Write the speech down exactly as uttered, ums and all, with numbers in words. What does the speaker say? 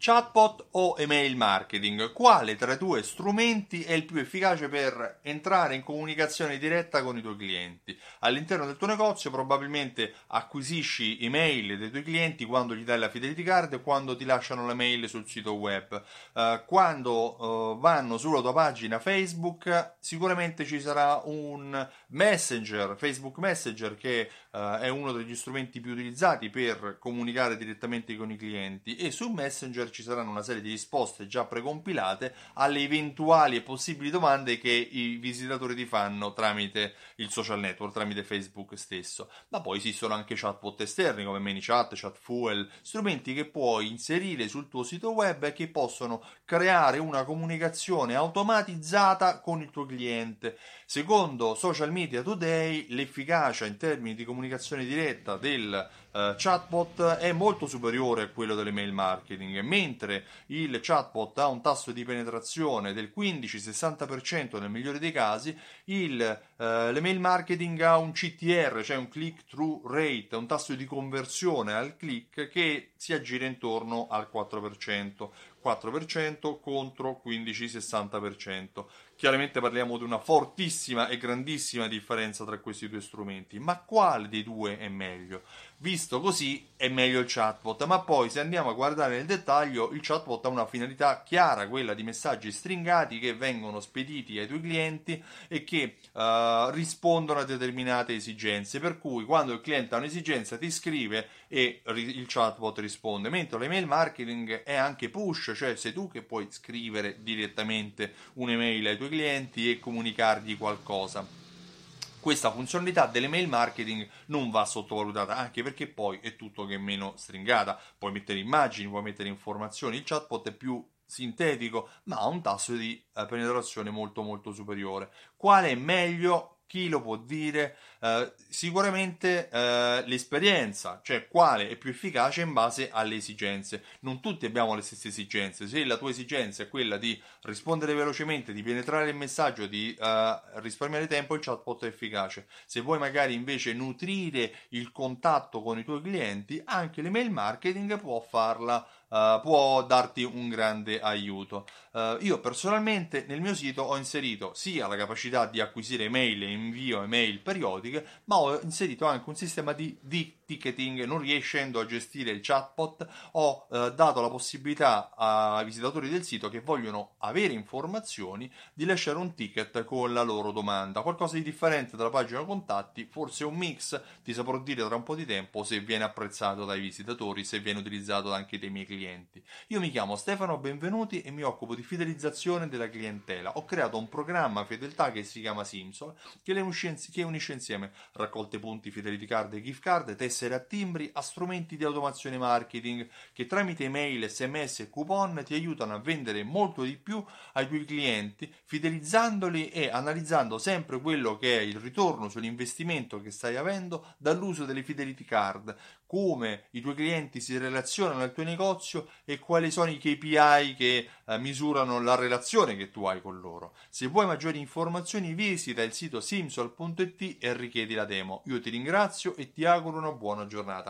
Chatbot o email marketing? Quale tra i due strumenti è il più efficace per entrare in comunicazione diretta con i tuoi clienti? All'interno del tuo negozio probabilmente acquisisci email dei tuoi clienti quando gli dai la fidelity card e quando ti lasciano la mail sul sito web. Uh, quando uh, vanno sulla tua pagina Facebook sicuramente ci sarà un Messenger, Facebook Messenger, che uh, è uno degli strumenti più utilizzati per comunicare direttamente con i clienti, e su Messenger ci saranno una serie di risposte già precompilate alle eventuali e possibili domande che i visitatori ti fanno tramite il social network, tramite Facebook stesso. Ma poi esistono anche chatbot esterni come ManyChat, Chatfuel, strumenti che puoi inserire sul tuo sito web e che possono creare una comunicazione automatizzata con il tuo cliente. Secondo Social Media Today, l'efficacia in termini di comunicazione diretta del uh, chatbot è molto superiore a quello dell'email marketing. Mentre il chatbot ha un tasso di penetrazione del quindici sessanta per cento nel migliore dei casi, il, eh, l'email marketing ha un C T R, cioè un click-through rate, un tasso di conversione al click che si aggira intorno al quattro per cento. quattro per cento contro quindici sessanta per cento. Chiaramente parliamo di una fortissima e grandissima differenza tra questi due strumenti, ma quale dei due è meglio? Visto così è meglio il chatbot, ma poi se andiamo a guardare nel dettaglio, il chatbot ha una finalità chiara, quella di messaggi stringati che vengono spediti ai tuoi clienti e che uh, rispondono a determinate esigenze, per cui quando il cliente ha un'esigenza ti scrive e il chatbot risponde, mentre l'email marketing è anche push, cioè sei tu che puoi scrivere direttamente un'email ai tuoi clienti e comunicargli qualcosa. Questa funzionalità dell'email marketing non va sottovalutata, anche perché poi è tutto che meno stringata. Puoi mettere immagini, puoi mettere informazioni, il chatbot è più sintetico, ma ha un tasso di penetrazione molto molto superiore. Quale è meglio? Chi lo può dire? Uh, sicuramente uh, l'esperienza, cioè quale è più efficace in base alle esigenze. Non tutti abbiamo le stesse esigenze. Se la tua esigenza è quella di rispondere velocemente, di penetrare il messaggio, di uh, risparmiare tempo, il chatbot è efficace. Se vuoi magari invece nutrire il contatto con i tuoi clienti, anche l'email marketing può farla. Uh, può darti un grande aiuto. Uh, io personalmente nel mio sito ho inserito sia la capacità di acquisire email e invio email periodiche, ma ho inserito anche un sistema di, di ticketing. Non riuscendo a gestire il chatbot, ho uh, dato la possibilità ai visitatori del sito che vogliono avere informazioni di lasciare un ticket con la loro domanda, qualcosa di differente dalla pagina contatti, forse un mix, ti saprò dire tra un po' di tempo se viene apprezzato dai visitatori, se viene utilizzato anche dai miei clienti. Io mi chiamo Stefano Benvenuti e mi occupo di fidelizzazione della clientela. Ho creato un programma fedeltà che si chiama Simsol, che, le unisce, che unisce insieme raccolte punti, fidelity card e gift card, tessere a timbri, a strumenti di automazione marketing che tramite email, sms e coupon ti aiutano a vendere molto di più ai tuoi clienti, fidelizzandoli e analizzando sempre quello che è il ritorno sull'investimento che stai avendo dall'uso delle fidelity card, come i tuoi clienti si relazionano al tuo negozio e quali sono i K P I che eh, misurano la relazione che tu hai con loro. Se vuoi maggiori informazioni visita il sito simsol punto it e richiedi la demo. Io ti ringrazio e ti auguro una buona giornata.